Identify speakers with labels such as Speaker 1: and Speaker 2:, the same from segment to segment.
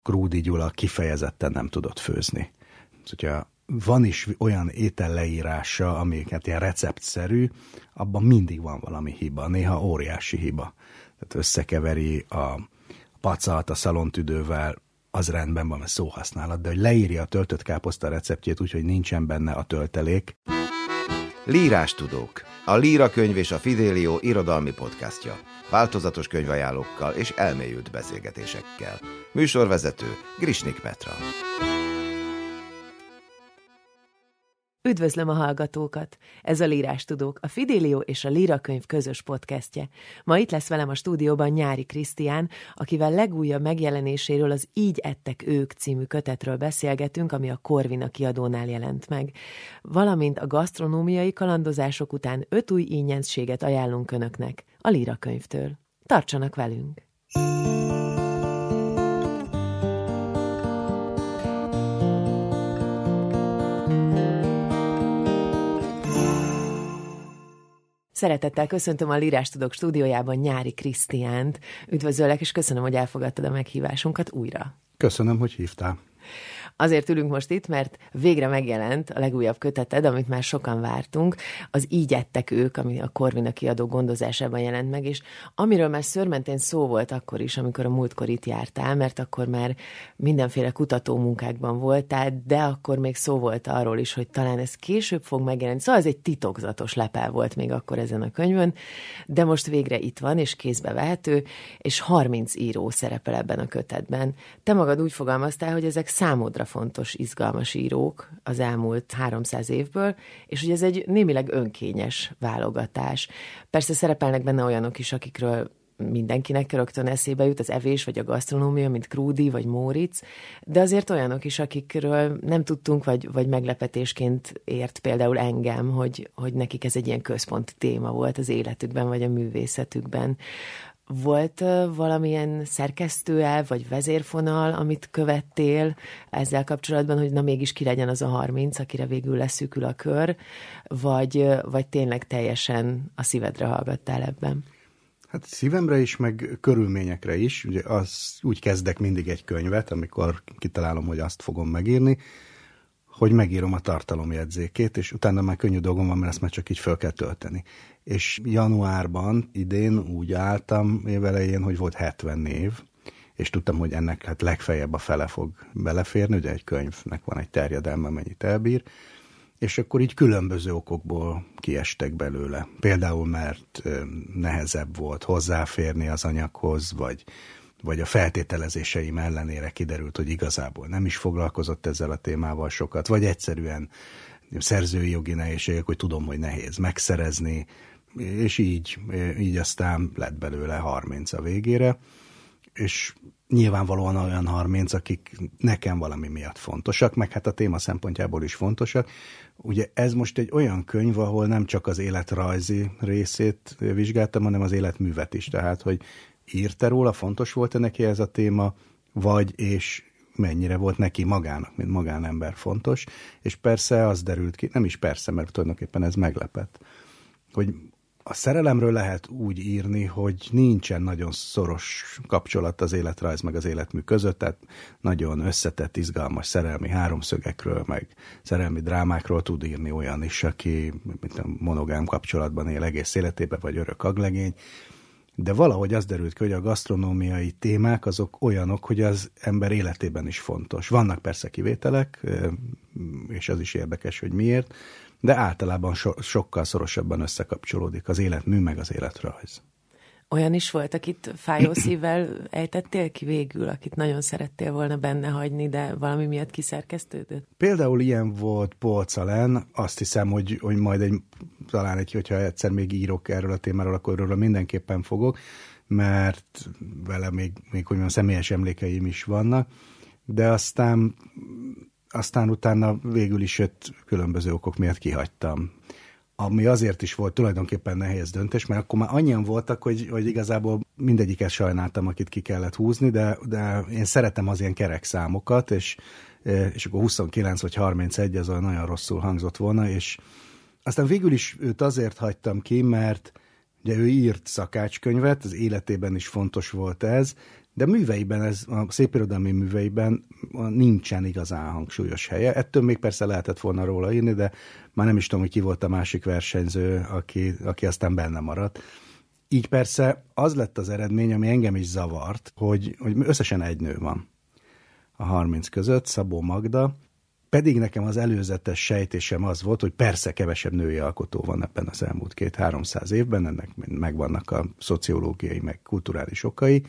Speaker 1: Krúdy Gyula kifejezetten nem tudott főzni. Hogyha van is olyan ételleírása, amiket ilyen receptszerű, abban mindig van valami hiba, néha óriási hiba. Tehát összekeveri a pacalt a szalontüdővel, az rendben van a szóhasználat, de hogy leírja a töltött káposzta receptjét úgy, hogy nincsen benne a töltelék.
Speaker 2: Lírástudók, a Líra könyv és a Fidelio irodalmi podcastja. Változatos könyvajánlókkal és elmélyült beszélgetésekkel. Műsorvezető Grisnik Petra.
Speaker 3: Üdvözlöm a hallgatókat! Ez a Lírástudók, a Fidelio és a Líra könyv közös podcastje. Ma itt lesz velem a stúdióban Nyári Krisztián, akivel legújabb megjelenéséről, az Így ettek ők című kötetről beszélgetünk, ami a Corvina kiadónál jelent meg. Valamint a gasztronómiai kalandozások után 5 új ingyenséget ajánlunk önöknek a Líra könyvtől. Tartsanak velünk! Szeretettel köszöntöm a Lírástudók stúdiójában Nyári Krisztiánt. Üdvözöllek, és köszönöm, hogy elfogadtad a meghívásunkat újra.
Speaker 1: Köszönöm, hogy hívtál.
Speaker 3: Azért ülünk most itt, mert végre megjelent a legújabb köteted, amit már sokan vártunk, az Így ettek ők, ami a Corvina kiadó gondozásában jelent meg, és amiről már szőrmentén szó volt akkor is, amikor a múltkor itt jártál, mert akkor már mindenféle kutatómunkákban voltál, de akkor még szó volt arról is, hogy talán ez később fog megjelenni. Szóval ez egy titokzatos lepel volt még akkor ezen a könyvön, de most végre itt van, és kézbe vehető, és 30 író szerepel ebben a kötetben. Te magad úgy fogalmaztál, hogy ezek számodra fontos, izgalmas írók az elmúlt 300 évből, és hogy ez egy némileg önkényes válogatás. Persze szerepelnek benne olyanok is, akikről mindenkinek rögtön eszébe jut az evés vagy a gasztronómia, mint Krúdy vagy Móricz, de azért olyanok is, akikről nem tudtunk, vagy meglepetésként ért például engem, hogy nekik ez egy ilyen központi téma volt az életükben, vagy a művészetükben. Volt valamilyen szerkesztőelv, vagy vezérfonal, amit követtél ezzel kapcsolatban, hogy na mégis ki legyen az a 30, akire végül leszűkül a kör, vagy tényleg teljesen a szívedre hallgattál ebben?
Speaker 1: Hát szívemre is, meg körülményekre is. Ugye úgy kezdek mindig egy könyvet, amikor kitalálom, hogy azt fogom megírni, hogy megírom a tartalomjegyzékét, és utána már könnyű dolgom van, mert ezt már csak így föl kell tölteni. És januárban idén úgy álltam évelején, hogy volt 70 név, és tudtam, hogy ennek hát legfeljebb a fele fog beleférni, ugye egy könyvnek van egy terjedelme, mennyit elbír, és akkor így különböző okokból kiestek belőle. Például, mert nehezebb volt hozzáférni az anyaghoz, vagy a feltételezéseim ellenére kiderült, hogy igazából nem is foglalkozott ezzel a témával sokat, vagy egyszerűen szerzői jogi nehézségek, hogy tudom, hogy nehéz megszerezni, és így aztán lett belőle 30 a végére, és nyilvánvalóan olyan 30, akik nekem valami miatt fontosak, meg hát a téma szempontjából is fontosak. Ugye ez most egy olyan könyv, ahol nem csak az életrajzi részét vizsgáltam, hanem az életművet is, tehát hogy írta róla, fontos volt-e neki ez a téma, vagy és mennyire volt neki magának, mint magánember fontos, és persze az derült ki, nem is persze, mert tulajdonképpen ez meglepett, hogy a szerelemről lehet úgy írni, hogy nincsen nagyon szoros kapcsolat az életrajz meg az életmű között, tehát nagyon összetett, izgalmas szerelmi háromszögekről, meg szerelmi drámákról tud írni olyan is, aki mint a monogám kapcsolatban él egész életében, vagy örök aglegény, de valahogy az derült ki, hogy a gasztronómiai témák azok olyanok, hogy az ember életében is fontos. Vannak persze kivételek, és az is érdekes, hogy miért, de általában sokkal szorosabban összekapcsolódik az életmű meg az életrajz.
Speaker 3: Olyan is volt, akit fájó szívvel ejtettél ki végül, akit nagyon szerettél volna benne hagyni, de valami miatt kiszerkesztődött?
Speaker 1: Például ilyen volt Polczalen, azt hiszem, hogy majd talán hogyha egyszer még írok erről a témáról, akkor erről mindenképpen fogok, mert vele még hogy mondjam, személyes emlékeim is vannak, de aztán utána végül is különböző okok miatt kihagytam. Ami azért is volt tulajdonképpen nehéz döntés, mert akkor már annyian voltak, hogy igazából mindegyiket sajnáltam, akit ki kellett húzni, de én szeretem az ilyen kerek számokat, és akkor 29 vagy 31 az olyan nagyon rosszul hangzott volna, és aztán végül is őt azért hagytam ki, mert ugye ő írt szakácskönyvet, az életében is fontos volt ez, De műveiben, a szépirodalmi műveiben nincsen igazán hangsúlyos helye. Ettől még persze lehetett volna róla írni, de már nem is tudom, hogy ki volt a másik versenyző, aki aztán benne maradt. Így persze az lett az eredmény, ami engem is zavart, hogy összesen egy nő van a 30 között, Szabó Magda, pedig nekem az előzetes sejtésem az volt, hogy persze kevesebb női alkotó van ebben az elmúlt 200-300 évben, ennek megvannak a szociológiai, meg kulturális okai,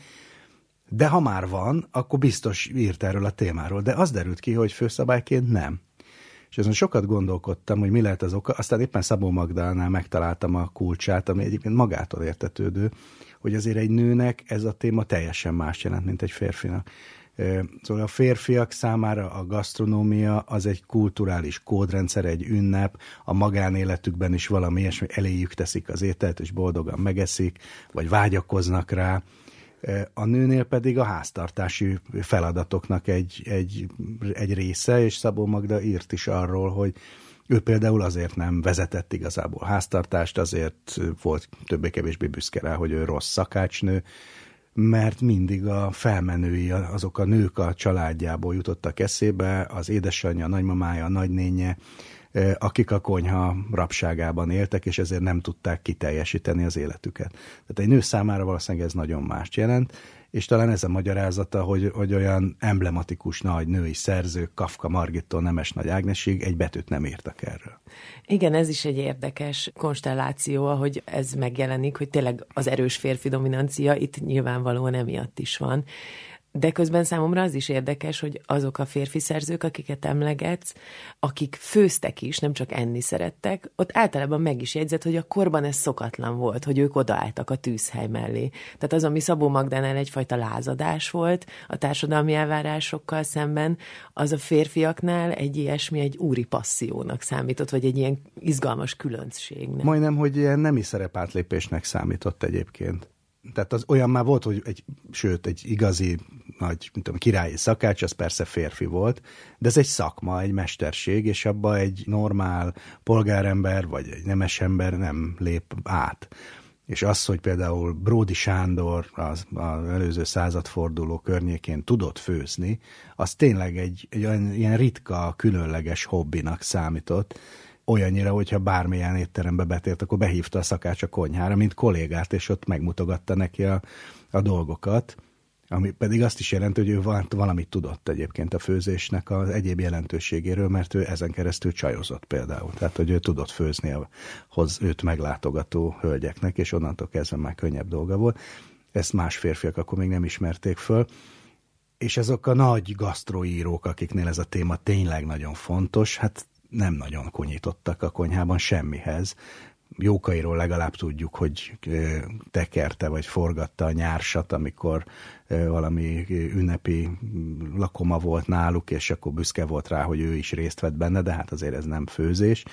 Speaker 1: de ha már van, akkor biztos írt erről a témáról, de az derült ki, hogy főszabályként nem. És azon sokat gondolkodtam, hogy mi lehet az oka, aztán éppen Szabó Magdánál megtaláltam a kulcsát, ami egyébként magától értetődő, hogy azért egy nőnek ez a téma teljesen más jelent, mint egy férfinak. Szóval a férfiak számára a gasztronómia az egy kulturális kódrendszer, egy ünnep, a magánéletükben is valami ilyesmi, eléjük teszik az ételt, és boldogan megeszik, vagy vágyakoznak rá. A nőnél pedig a háztartási feladatoknak egy része, és Szabó Magda írt is arról, hogy ő például azért nem vezetett igazából háztartást, azért volt többé-kevésbé büszke rá, hogy ő rossz szakácsnő, mert mindig a felmenői, azok a nők a családjából jutottak eszébe, az édesanyja, a nagymamája, a nagynénje, akik a konyha rabságában éltek, és ezért nem tudták kiteljesíteni az életüket. Tehát egy nő számára valószínűleg ez nagyon mást jelent, és talán ez a magyarázata, hogy olyan emblematikus nagy női szerzők, Kafka Margittól Nemes Nagy Ágnesig egy betűt nem írtak erről.
Speaker 3: Igen, ez is egy érdekes konstelláció, ahogy ez megjelenik, hogy tényleg az erős férfi dominancia itt nyilvánvalóan emiatt is van. De közben számomra az is érdekes, hogy azok a férfi szerzők, akiket emlegetsz, akik főztek is, nem csak enni szerettek, ott általában meg is jegyzett, hogy a korban ez szokatlan volt, hogy ők odaálltak a tűzhely mellé. Tehát az, ami Szabó Magdánál egyfajta lázadás volt a társadalmi elvárásokkal szemben, az a férfiaknál egy ilyesmi, egy úri passziónak számított, vagy egy ilyen izgalmas különbségnek.
Speaker 1: Majdnem, hogy ilyen nemi szerepátlépésnek számított egyébként. Tehát az olyan már volt, hogy egy igazi nagy, királyi szakács, az persze férfi volt, de ez egy szakma, egy mesterség, és abba egy normál polgárember, vagy egy nemes ember nem lép át. És az, hogy például Bródy Sándor az előző századforduló környékén tudott főzni, az tényleg egy ilyen ritka, különleges hobbinak számított, olyannyira, hogyha bármilyen étterembe betért, akkor behívta a szakács a konyhára, mint kollégát, és ott megmutogatta neki a dolgokat, ami pedig azt is jelenti, hogy ő valamit tudott egyébként a főzésnek az egyéb jelentőségéről, mert ő ezen keresztül csajozott például. Tehát, hogy ő tudott főzni őt meglátogató hölgyeknek, és onnantól kezdve már könnyebb dolga volt. Ezt más férfiak akkor még nem ismerték föl. És azok a nagy gasztroírók, akiknél ez a téma tényleg nagyon fontos, hát nem nagyon konyítottak a konyhában semmihez. Jókairól legalább tudjuk, hogy tekerte vagy forgatta a nyársat, amikor valami ünnepi lakoma volt náluk, és akkor büszke volt rá, hogy ő is részt vett benne, de hát azért ez nem főzés.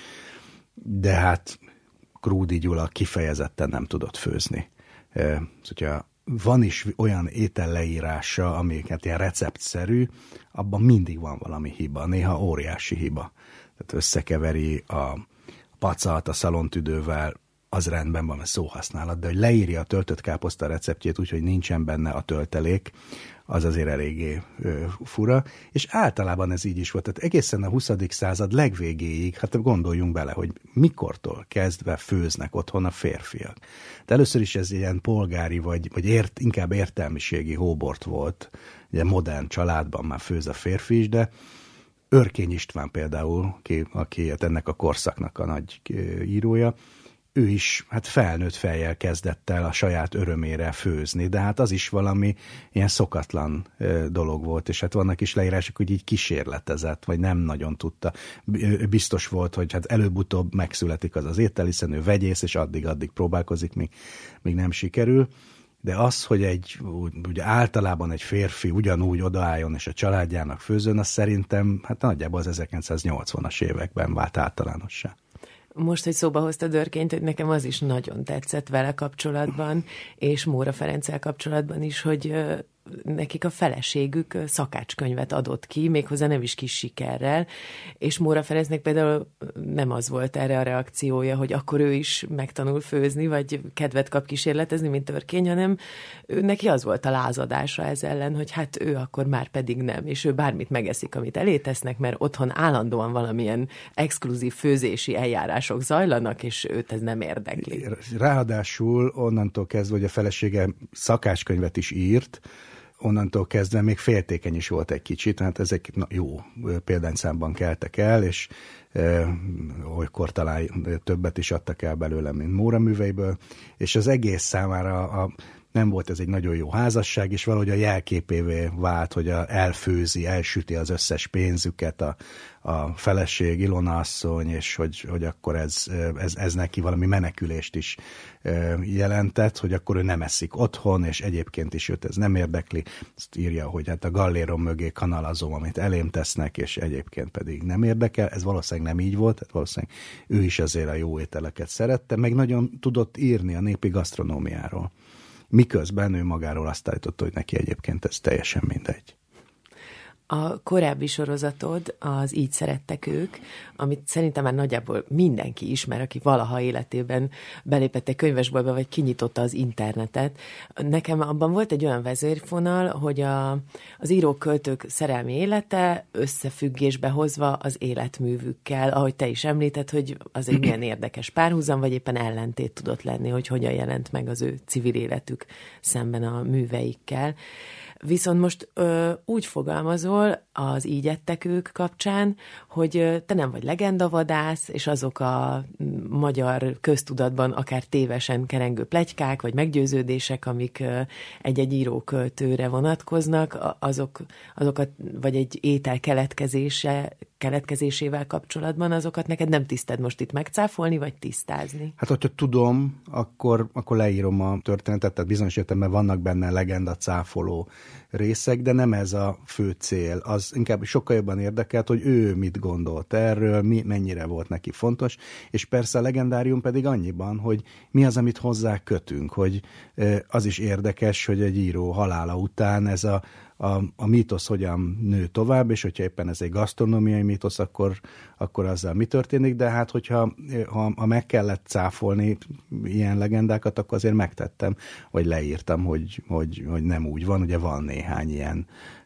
Speaker 1: De hát Krúdy Gyula kifejezetten nem tudott főzni. Szóval van is olyan ételleírása, amiket ilyen receptszerű, abban mindig van valami hiba, néha óriási hiba. Tehát összekeveri a pacalt a szalontüdővel, az rendben van a szóhasználat, de hogy leírja a töltött káposzta receptjét úgy, hogy nincsen benne a töltelék, az azért eléggé fura, és általában ez így is volt. Tehát egészen a 20. század legvégéig, hát gondoljunk bele, hogy mikortól kezdve főznek otthon a férfiak. De először is ez ilyen polgári, vagy inkább értelmiségi hóbort volt, ugye modern családban már főz a férfi is, de Örkény István például, aki ennek a korszaknak a nagy írója, ő is hát felnőtt fejjel kezdett el a saját örömére főzni, de hát az is valami ilyen szokatlan dolog volt, és hát vannak is leírások, hogy így kísérletezett, vagy nem nagyon tudta. Biztos volt, hogy hát előbb-utóbb megszületik az étel, hiszen ő vegyész, és addig próbálkozik, még nem sikerül. De az, hogy ugye általában egy férfi ugyanúgy odaálljon és a családjának főzön, az szerintem hát nagyjából az 1980-as években vált általánossá.
Speaker 3: Most, hogy szóba hoztad Örkényt, hogy nekem az is nagyon tetszett vele kapcsolatban, és Móra Ferenccel kapcsolatban is, hogy nekik a feleségük szakácskönyvet adott ki, méghozzá nem is kis sikerrel, és Móra Ferencnek például nem az volt erre a reakciója, hogy akkor ő is megtanul főzni, vagy kedvet kap kísérletezni, mint Törkény, hanem neki az volt a lázadása ez ellen, hogy hát ő akkor már pedig nem, és ő bármit megeszik, amit elétesznek, mert otthon állandóan valamilyen exkluzív főzési eljárások zajlanak, és őt ez nem érdekli.
Speaker 1: Ráadásul onnantól kezdve, hogy a felesége szakácskönyvet is írt, onnantól kezdve még féltékeny is volt egy kicsit, hát ezek jó példányszámban keltek el, és olykor talán többet is adtak el belőle, mint Móra műveiből, és az egész számára nem volt ez egy nagyon jó házasság, és valahogy a jelképévé vált, hogy elfőzi, elsüti az összes pénzüket a feleség, Ilona asszony, és hogy akkor ez neki valami menekülést is jelentett, hogy akkor ő nem eszik otthon, és egyébként is őt ez nem érdekli. Azt írja, hogy hát a gallérom mögé kanalazom, amit elém tesznek, és egyébként pedig nem érdekel. Ez valószínűleg nem így volt, tehát valószínűleg ő is azért a jó ételeket szerette, meg nagyon tudott írni a népi gasztronómiáról. Miközben ő magáról azt állította, hogy neki egyébként ez teljesen mindegy.
Speaker 3: A korábbi sorozatod, az Így szerettek ők, amit szerintem már nagyjából mindenki ismer, aki valaha életében belépett egy könyvesboltba, vagy kinyitotta az internetet. Nekem abban volt egy olyan vezérfonal, hogy az írók-költők szerelmi élete összefüggésbe hozva az életművükkel, ahogy te is említed, hogy az egy milyen érdekes párhuzam, vagy éppen ellentét tudott lenni, hogy hogyan jelent meg az ő civil életük szemben a műveikkel. Viszont most úgy fogalmazol az Így ettek ők kapcsán, hogy te nem vagy legendavadász, és azok a magyar köztudatban akár tévesen kerengő pletykák, vagy meggyőződések, amik egy-egy íróköltőre vonatkoznak, azokat, vagy egy étel keletkezésével kapcsolatban, azokat neked nem tiszted most itt megcáfolni, vagy tisztázni? Hát,
Speaker 1: hogyha tudom, akkor leírom a történetet, tehát bizonyos értelemben vannak benne legenda cáfoló részek, de nem ez a fő cél. Az inkább sokkal jobban érdekelt, hogy ő mit gondolt erről, mennyire volt neki fontos, és persze a legendárium pedig annyiban, hogy mi az, amit hozzá kötünk, hogy az is érdekes, hogy egy író halála után ez a mítosz hogyan nő tovább, és hogyha éppen ez egy gasztronómiai mítosz, akkor azzal mi történik, de hát hogyha meg kellett cáfolni ilyen legendákat, akkor azért megtettem, vagy leírtam, hogy nem úgy van, ugye van néhány ilyen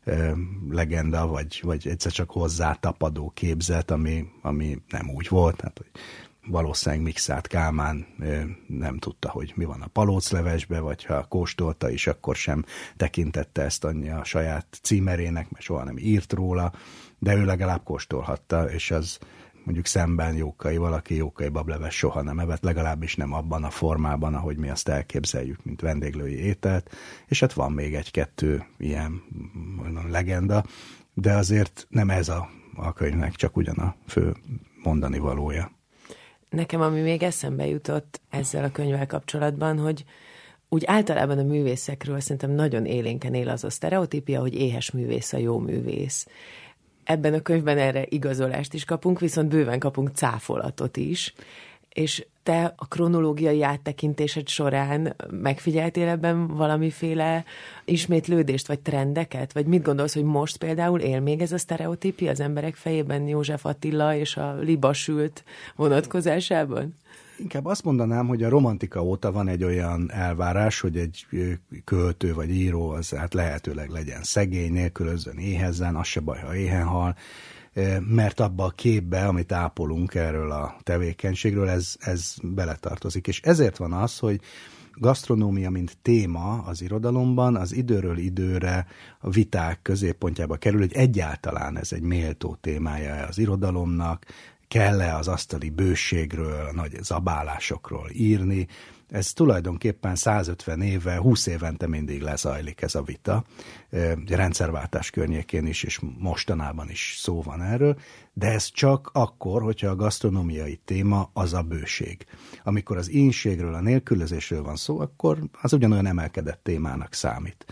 Speaker 1: legenda, vagy egyszer csak hozzátapadó képzet, ami nem úgy volt, hát hogy valószínűleg Mikszáth Kálmán nem tudta, hogy mi van a palóclevesbe, vagy ha kóstolta is, akkor sem tekintette ezt a saját címerének, mert soha nem írt róla, de ő legalább kóstolhatta, és az mondjuk szemben valaki Jókai bableves soha nem evett, legalábbis nem abban a formában, ahogy mi azt elképzeljük, mint vendéglői ételt, és hát van még egy-kettő ilyen legenda, de azért nem ez a könyvnek csak ugyan a fő mondani valója.
Speaker 3: Nekem, ami még eszembe jutott ezzel a könyvvel kapcsolatban, hogy úgy általában a művészekről szerintem nagyon élénken él az a sztereotípia, hogy éhes művész a jó művész. Ebben a könyvben erre igazolást is kapunk, viszont bőven kapunk cáfolatot is, és te a kronológiai áttekintésed során megfigyeltél ebben valamiféle ismétlődést, vagy trendeket? Vagy mit gondolsz, hogy most például él még ez a sztereotípia az emberek fejében József Attila és a libasült vonatkozásában?
Speaker 1: Inkább azt mondanám, hogy a romantika óta van egy olyan elvárás, hogy egy költő vagy író az hát lehetőleg legyen szegény, nélkülözzön, éhezzen, az se baj, ha éhen hal, mert abba a képbe, amit ápolunk erről a tevékenységről, ez beletartozik. És ezért van az, hogy gasztronómia, mint téma az irodalomban, az időről időre a viták középpontjába kerül, hogy egyáltalán ez egy méltó témája az irodalomnak, kell-e az asztali bőségről, a nagy zabálásokról írni. Ez tulajdonképpen 150 éve, 20 évente mindig lezajlik ez a vita. Rendszerváltás környékén is, és mostanában is szó van erről, de ez csak akkor, hogyha a gasztronómiai téma az a bőség. Amikor az ínségről, a nélkülözésről van szó, akkor az ugyanolyan emelkedett témának számít.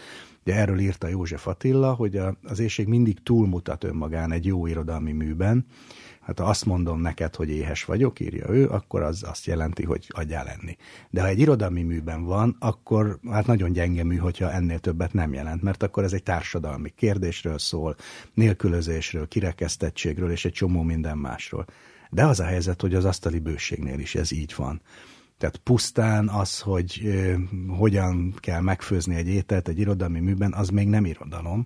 Speaker 1: Ugye erről írta József Attila, hogy az éhség mindig túlmutat önmagán egy jó irodalmi műben. Hát ha azt mondom neked, hogy éhes vagyok, írja ő, akkor az azt jelenti, hogy adjál enni. De ha egy irodalmi műben van, akkor hát nagyon gyenge mű, hogyha ennél többet nem jelent, mert akkor ez egy társadalmi kérdésről szól, nélkülözésről, kirekesztettségről és egy csomó minden másról. De az a helyzet, hogy az asztali bőségnél is ez így van. Tehát pusztán az, hogy hogyan kell megfőzni egy ételt egy irodalmi műben, az még nem irodalom.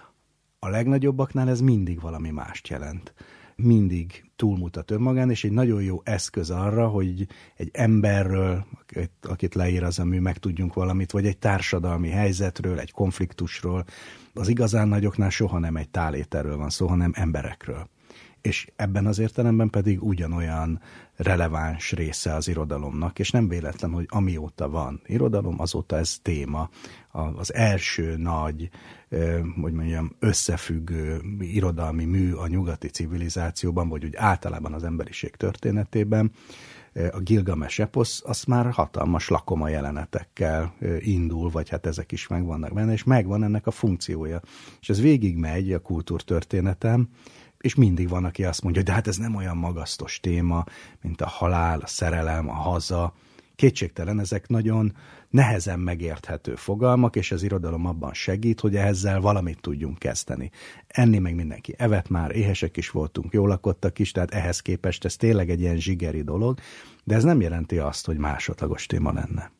Speaker 1: A legnagyobbaknál ez mindig valami mást jelent. Mindig túlmutat önmagán, és egy nagyon jó eszköz arra, hogy egy emberről, akit leír az a mű, megtudjunk valamit, vagy egy társadalmi helyzetről, egy konfliktusról. Az igazán nagyoknál soha nem egy táléterről van szó, hanem emberekről. És ebben az értelemben pedig ugyanolyan releváns része az irodalomnak, és nem véletlen, hogy amióta van irodalom, azóta ez téma. Az első nagy, hogy mondjam, összefüggő irodalmi mű a nyugati civilizációban, vagy úgy általában az emberiség történetében, a Gilgames eposz, az már hatalmas lakoma jelenetekkel indul, vagy hát ezek is megvannak benne, és megvan ennek a funkciója. És ez végigmegy a kultúrtörténetem, és mindig van, aki azt mondja, hogy de hát ez nem olyan magasztos téma, mint a halál, a szerelem, a haza. Kétségtelen, ezek nagyon nehezen megérthető fogalmak, és az irodalom abban segít, hogy ezzel valamit tudjunk kezdeni. Enni meg mindenki evett már, éhesek is voltunk, jól lakottak is, tehát ehhez képest ez tényleg egy ilyen zsigeri dolog, de ez nem jelenti azt, hogy másodlagos téma lenne.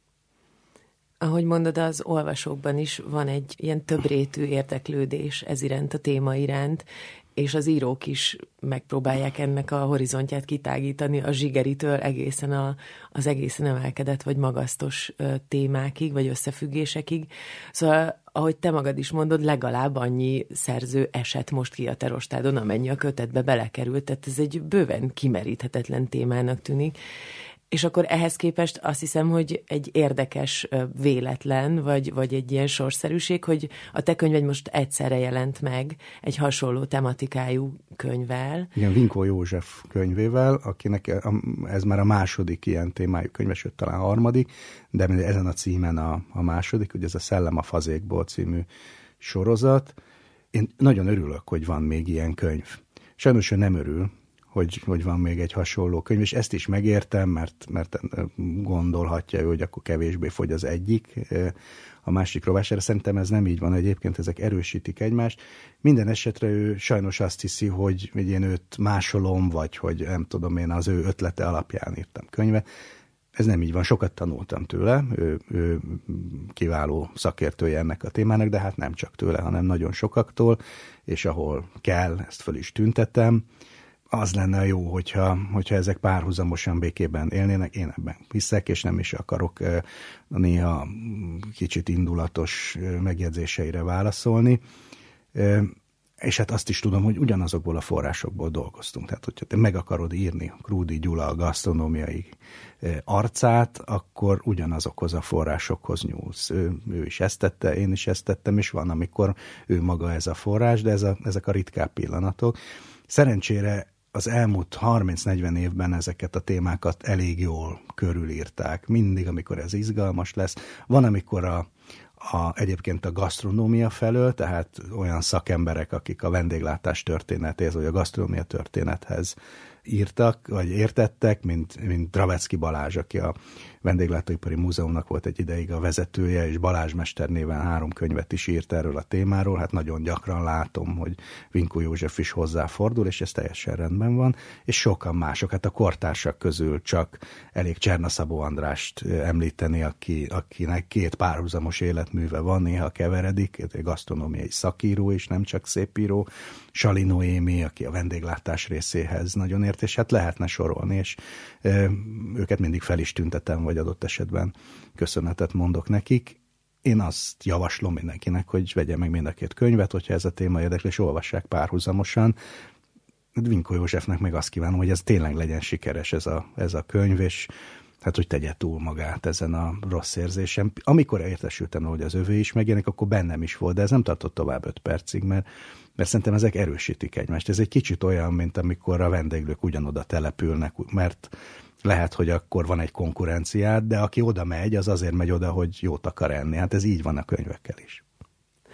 Speaker 3: Ahogy mondod, az olvasókban is van egy ilyen többrétű érdeklődés ez iránt, a téma iránt, és az írók is megpróbálják ennek a horizontját kitágítani a zsigeritől egészen az egészen emelkedett vagy magasztos témákig, vagy összefüggésekig. Szóval, ahogy te magad is mondod, legalább annyi szerző esett most ki a te rostádon, amennyi a kötetbe belekerült, tehát ez egy bőven kimeríthetetlen témának tűnik. És akkor ehhez képest azt hiszem, hogy egy érdekes véletlen, vagy egy ilyen sorszerűség, hogy a te könyved most egyszerre jelent meg egy hasonló tematikájú könyvvel.
Speaker 1: Igen, Vinkó József könyvével, akinek ez már a második ilyen témájú könyve, sőt talán harmadik, de ezen a címen a második, ugye ez a Szellem a fazékból című sorozat. Én nagyon örülök, hogy van még ilyen könyv. Sajnos ő nem örül, hogy van még egy hasonló könyv, és ezt is megértem, mert gondolhatja ő, hogy akkor kevésbé fogy az egyik a másik rovására. Szerintem ez nem így van egyébként, ezek erősítik egymást. Minden esetre ő sajnos azt hiszi, hogy én őt másolom, vagy hogy nem tudom, én az ő ötlete alapján írtam könyvet. Ez nem így van, sokat tanultam tőle, ő kiváló szakértője ennek a témának, de hát nem csak tőle, hanem nagyon sokaktól, és ahol kell, ezt föl is tüntetem. Az lenne jó, hogyha ezek párhuzamosan békében élnének, én ebben hiszek, és nem is akarok néha kicsit indulatos megjegyzéseire válaszolni. És hát azt is tudom, hogy ugyanazokból a forrásokból dolgoztunk. Tehát, hogyha te meg akarod írni Krúdy Gyula a gasztronómiai arcát, akkor ugyanazokhoz a forrásokhoz nyúlsz. Ő is ezt tette, én is ezt tettem, és van, amikor ő maga ez a forrás, de ezek a ritkább pillanatok. Szerencsére az elmúlt 30-40 évben ezeket a témákat elég jól körülírták. Mindig, amikor ez izgalmas lesz. Van, amikor egyébként a gasztronómia felől, tehát olyan szakemberek, akik a vendéglátás történetéhez, vagy a gasztronómia történethez írtak, vagy értettek, mint Dravecki Balázs, aki a Vendéglátóipari Múzeumnak volt egy ideig a vezetője, és Balázs mester néven 3 könyvet is írt erről a témáról. Hát nagyon gyakran látom, hogy Vinkó József is hozzáfordul, és ez teljesen rendben van, és sokan mások. Hát a kortársak közül csak elég Csernaszabó Andrást említeni, akinek 2 párhuzamos életműve van, néha keveredik, gasztronómiai szakíró is, nem csak szépíró, Sali Noémi, aki a vendéglátás részéhez nagyon ért, és hát lehetne sorolni, és őket mindig fel is tüntetem, vagy adott esetben köszönetet mondok nekik. Én azt javaslom mindenkinek, hogy vegye meg mind a 2 könyvet, hogyha ez a téma érdekli, és olvassák párhuzamosan. Vinkó Józsefnek meg azt kívánom, hogy ez tényleg legyen sikeres ez a könyv, és hát, hogy tegye túl magát ezen a rossz érzésem. Amikor értesültem, hogy az övé is megjelenik, akkor bennem is volt, de ez nem tartott tovább 5 percig, mert szerintem ezek erősítik egymást. Ez egy kicsit olyan, mint amikor a vendéglők ugyanoda települnek, mert lehet, hogy akkor van egy konkurenciád, de aki oda megy, az azért megy oda, hogy jót akar enni. Hát ez így van a könyvekkel is.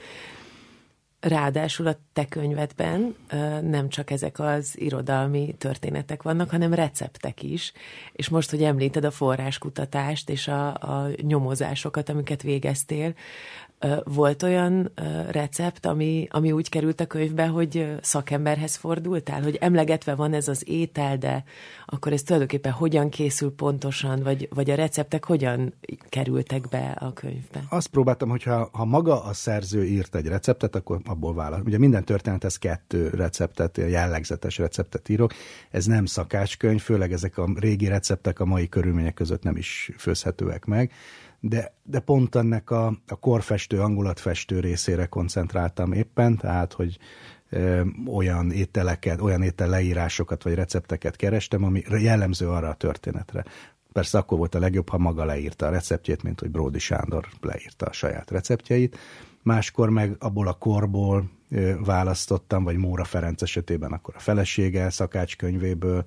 Speaker 3: Ráadásul a te könyvedben nem csak ezek az irodalmi történetek vannak, hanem receptek is. És most, hogy említed a forráskutatást és a nyomozásokat, amiket végeztél, volt olyan recept, ami úgy került a könyvbe, hogy szakemberhez fordultál, hogy emlegetve van ez az étel, de akkor ez tulajdonképpen hogyan készül pontosan, vagy a receptek hogyan kerültek be a könyvbe?
Speaker 1: Azt próbáltam, hogy ha maga a szerző írt egy receptet, akkor abból válasz. Ugye minden történethez 2 receptet, jellegzetes receptet írok. Ez nem szakácskönyv, főleg ezek a régi receptek a mai körülmények között nem is főzhetőek meg. De pont ennek a korfestő, hangulatfestő részére koncentráltam éppen, tehát, hogy olyan étel leírásokat vagy recepteket kerestem, ami jellemző arra a történetre. Persze akkor volt a legjobb, ha maga leírta a receptjét, mint hogy Bródy Sándor leírta a saját receptjeit. Máskor meg abból a korból választottam, vagy Móra Ferenc esetében akkor a felesége szakácskönyvéből,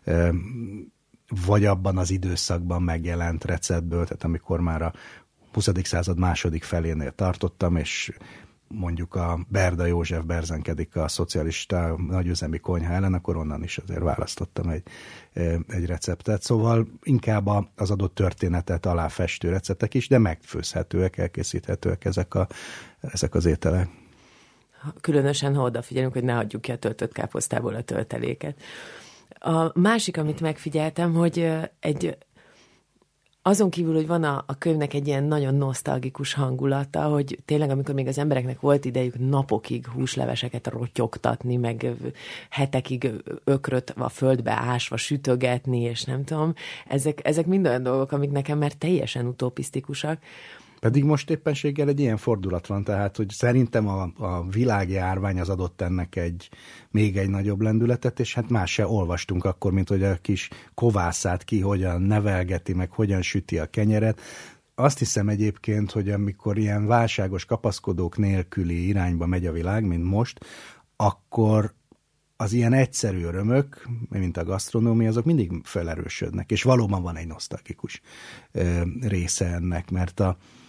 Speaker 1: vagy abban az időszakban megjelent receptből, tehát amikor már a 20. század második felénél tartottam, és mondjuk a Berda József berzenkedik a szocialista nagyüzemi konyha ellen, akkor onnan is azért választottam egy receptet. Szóval inkább az adott történetet aláfestő receptek is, de megfőzhetőek, elkészíthetőek ezek az ételek.
Speaker 3: Különösen, ha odafigyelünk, hogy ne hagyjuk ki a töltött káposztából a tölteléket. A másik, amit megfigyeltem, hogy azon kívül, hogy van a könyvnek egy ilyen nagyon nosztalgikus hangulata, hogy tényleg, amikor még az embereknek volt idejük napokig húsleveseket rotyogtatni, meg hetekig ökröt a földbe ásva sütögetni, és nem tudom, ezek mind olyan dolgok, amik nekem már teljesen utopisztikusak.
Speaker 1: Pedig most éppenséggel egy ilyen fordulat van, tehát, hogy szerintem a világjárvány az adott ennek még egy nagyobb lendületet, és hát más se olvastunk akkor, mint hogy a kis kovászát ki hogyan nevelgeti, meg hogyan süti a kenyeret. Azt hiszem egyébként, hogy amikor ilyen válságos kapaszkodók nélküli irányba megy a világ, mint most, akkor az ilyen egyszerű örömök, mint a gasztronómia, azok mindig felerősödnek, és valóban van egy nosztalgikus része ennek, mert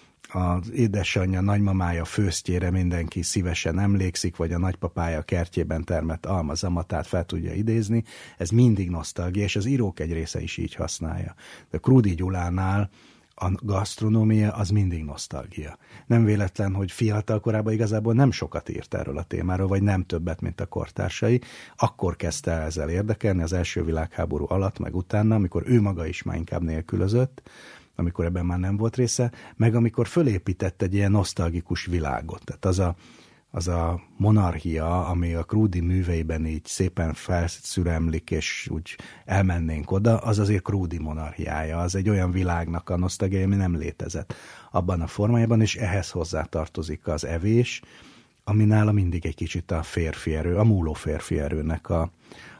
Speaker 1: az édesanyja, nagymamája főztjére mindenki szívesen emlékszik, vagy a nagypapája kertjében termett almazamatát fel tudja idézni. Ez mindig nosztalgia, és az írók egy része is így használja. De Krúdy Gyulánál a gasztronómia az mindig nosztalgia. Nem véletlen, hogy fiatal korában igazából nem sokat írt erről a témáról, vagy nem többet, mint a kortársai. Akkor kezdte ezzel érdekelni az első világháború alatt, meg utána, amikor ő maga is már inkább nélkülözött, amikor ebben már nem volt része, meg amikor fölépített egy ilyen nosztalgikus világot. Tehát az a monarchia, ami a Krúdy műveiben így szépen felszüremlik, és úgy elmennénk oda, az azért Krúdy monarchiája. Az egy olyan világnak a nosztalgiája, ami nem létezett abban a formájában, és ehhez hozzátartozik az evés, ami nála mindig egy kicsit a férfi erő, a múló férfi erőnek a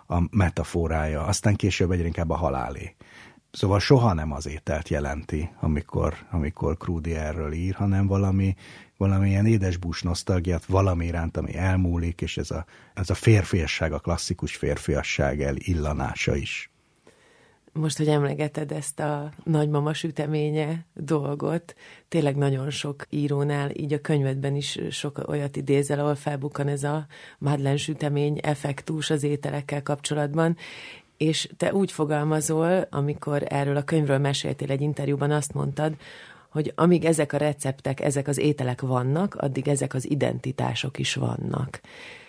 Speaker 1: metaforája. Aztán később egyre inkább a halálé. Szóval soha nem az ételt jelenti, amikor Krúdy erről ír, hanem valami ilyen édesbús nosztalgiát, valami iránt, ami elmúlik, és ez a férfiasság, a klasszikus férfiasság illanása is.
Speaker 3: Most, hogy emlegeted ezt a nagymama süteménye dolgot, tényleg nagyon sok írónál, így a könyvedben is sok olyat idézel, ahol felbukkan ez a Madeleine sütemény effektus az ételekkel kapcsolatban, és te úgy fogalmazol, amikor erről a könyvről meséltél egy interjúban, azt mondtad, hogy amíg ezek a receptek, ezek az ételek vannak, addig ezek az identitások is vannak.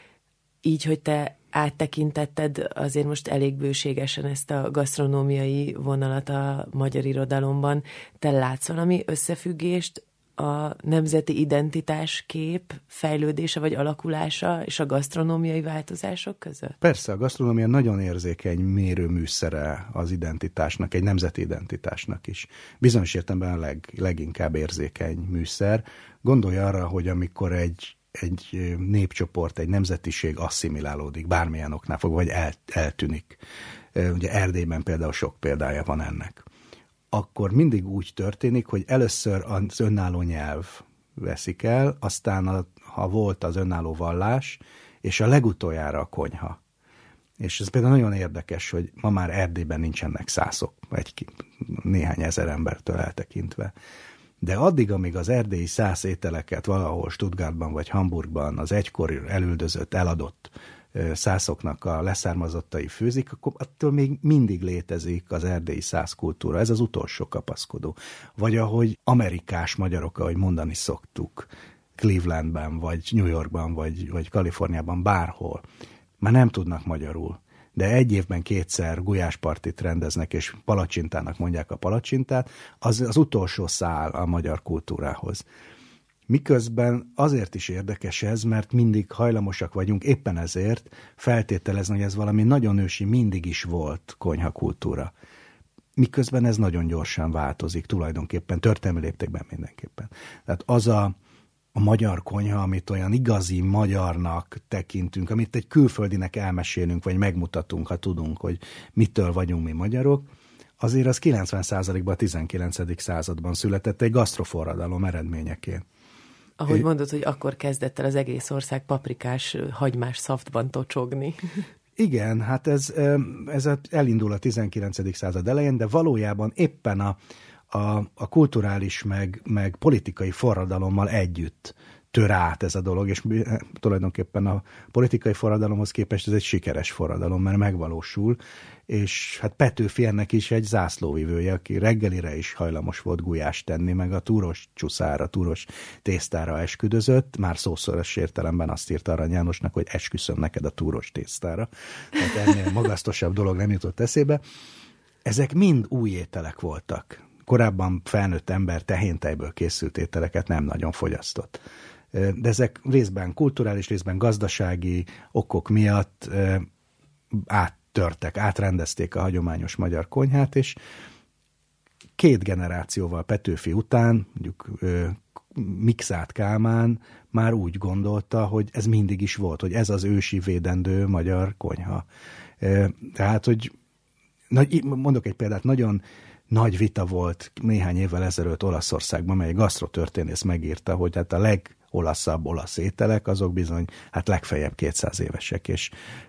Speaker 3: Így, hogy te áttekintetted azért most elég bőségesen ezt a gasztronómiai vonalat a magyar irodalomban, te látsz valami összefüggést a nemzeti identitás kép fejlődése vagy alakulása és a gasztronómiai változások között?
Speaker 1: Persze, a gasztronómia nagyon érzékeny mérőműszere az identitásnak, egy nemzeti identitásnak is. Bizonyos értelemben a leginkább érzékeny műszer. Gondolj arra, hogy amikor egy népcsoport, egy nemzetiség asszimilálódik, bármilyen oknál fogva, vagy eltűnik. Ugye Erdélyben például sok példája van ennek. Akkor mindig úgy történik, hogy először az önálló nyelv veszik el, aztán ha volt az önálló vallás, és a legutoljára a konyha. És ez például nagyon érdekes, hogy ma már Erdélyben nincsenek szászok, néhány ezer embertől eltekintve. De addig, amíg az erdélyi szász ételeket valahol Stuttgartban vagy Hamburgban az egykor elüldözött, eladott szászoknak a leszármazottai főzik, akkor attól még mindig létezik az erdélyi szász kultúra. Ez az utolsó kapaszkodó. Vagy ahogy amerikás magyarok, ahogy mondani szoktuk, Clevelandben, vagy New Yorkban, vagy Kaliforniában, bárhol, már nem tudnak magyarul. De egy évben 2-szer gulyáspartit rendeznek, és palacsintának mondják a palacsintát, az utolsó szál a magyar kultúrához. Miközben azért is érdekes ez, mert mindig hajlamosak vagyunk éppen ezért feltételezni, hogy ez valami nagyon ősi, mindig is volt konyhakultúra. Miközben ez nagyon gyorsan változik tulajdonképpen, történelmi léptékben mindenképpen. Tehát az a magyar konyha, amit olyan igazi magyarnak tekintünk, amit egy külföldinek elmesélünk, vagy megmutatunk, ha tudunk, hogy mitől vagyunk mi magyarok, azért az 90%-ban a 19. században született egy gasztroforradalom eredményeként.
Speaker 3: Ahogy mondod, hogy akkor kezdett el az egész ország paprikás, hagymás szaftban tocsogni.
Speaker 1: Igen, hát ez elindul a 19. század elején, de valójában éppen a kulturális meg politikai forradalommal együtt tör át ez a dolog, és tulajdonképpen a politikai forradalomhoz képest ez egy sikeres forradalom, mert megvalósul, és hát Petőfi ennek is egy zászlóvivője, aki reggelire is hajlamos volt gulyást tenni, meg a túros csuszára, túros tésztára esküdözött, már szószoros értelemben azt írta Arany Jánosnak, hogy esküszöm neked a túros tésztára, tehát ennél magasztosabb dolog nem jutott eszébe. Ezek mind új ételek voltak. Korábban felnőtt ember tehéntejből készült ételeket nem nagyon fogyasztott. De ezek részben kulturális, részben gazdasági okok miatt átrendezték a hagyományos magyar konyhát, és 2 generációval Petőfi után, mondjuk Mikszáth Kálmán már úgy gondolta, hogy ez mindig is volt, hogy ez az ősi védendő magyar konyha. Tehát, hogy mondok egy példát, nagyon nagy vita volt néhány évvel ezelőtt Olaszországban, mely egy gasztrotörténész megírta, hogy hát a legolaszabb olasz ételek, azok bizony hát legfeljebb 200 évesek, és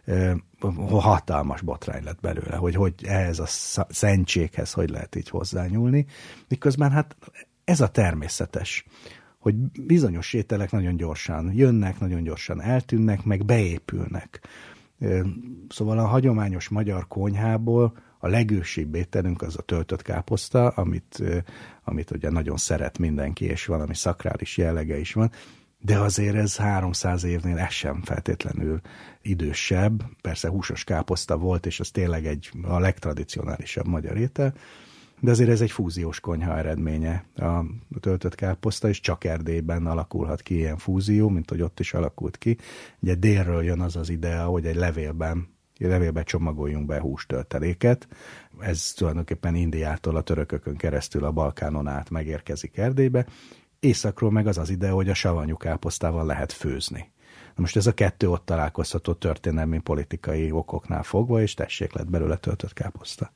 Speaker 1: hatalmas botrány lett belőle, hogy ehhez a szentséghez hogy lehet így hozzányúlni. Miközben hát ez a természetes, hogy bizonyos ételek nagyon gyorsan jönnek, nagyon gyorsan eltűnnek, meg beépülnek. Szóval a hagyományos magyar konyhából a legősibb ételünk az a töltött káposzta, amit ugye nagyon szeret mindenki, és valami szakrális jellege is van, de azért ez 300 évnél ez sem feltétlenül idősebb. Persze húsos káposzta volt, és az tényleg a legtradicionálisabb magyar étel, de azért ez egy fúziós konyha eredménye a töltött káposzta, és csak Erdélyben alakulhat ki ilyen fúzió, mint hogy ott is alakult ki. Ugye délről jön az az idea, hogy egy levélbe csomagoljunk be hústölteléket. Ez tulajdonképpen Indiától a törökökön keresztül a Balkánon át megérkezik Erdélybe. Északról meg az az idea, hogy a savanyú káposztával lehet főzni. Na most ez a 2 ott találkozható történelmi politikai okoknál fogva, és tessék, lett belőle töltött káposzta.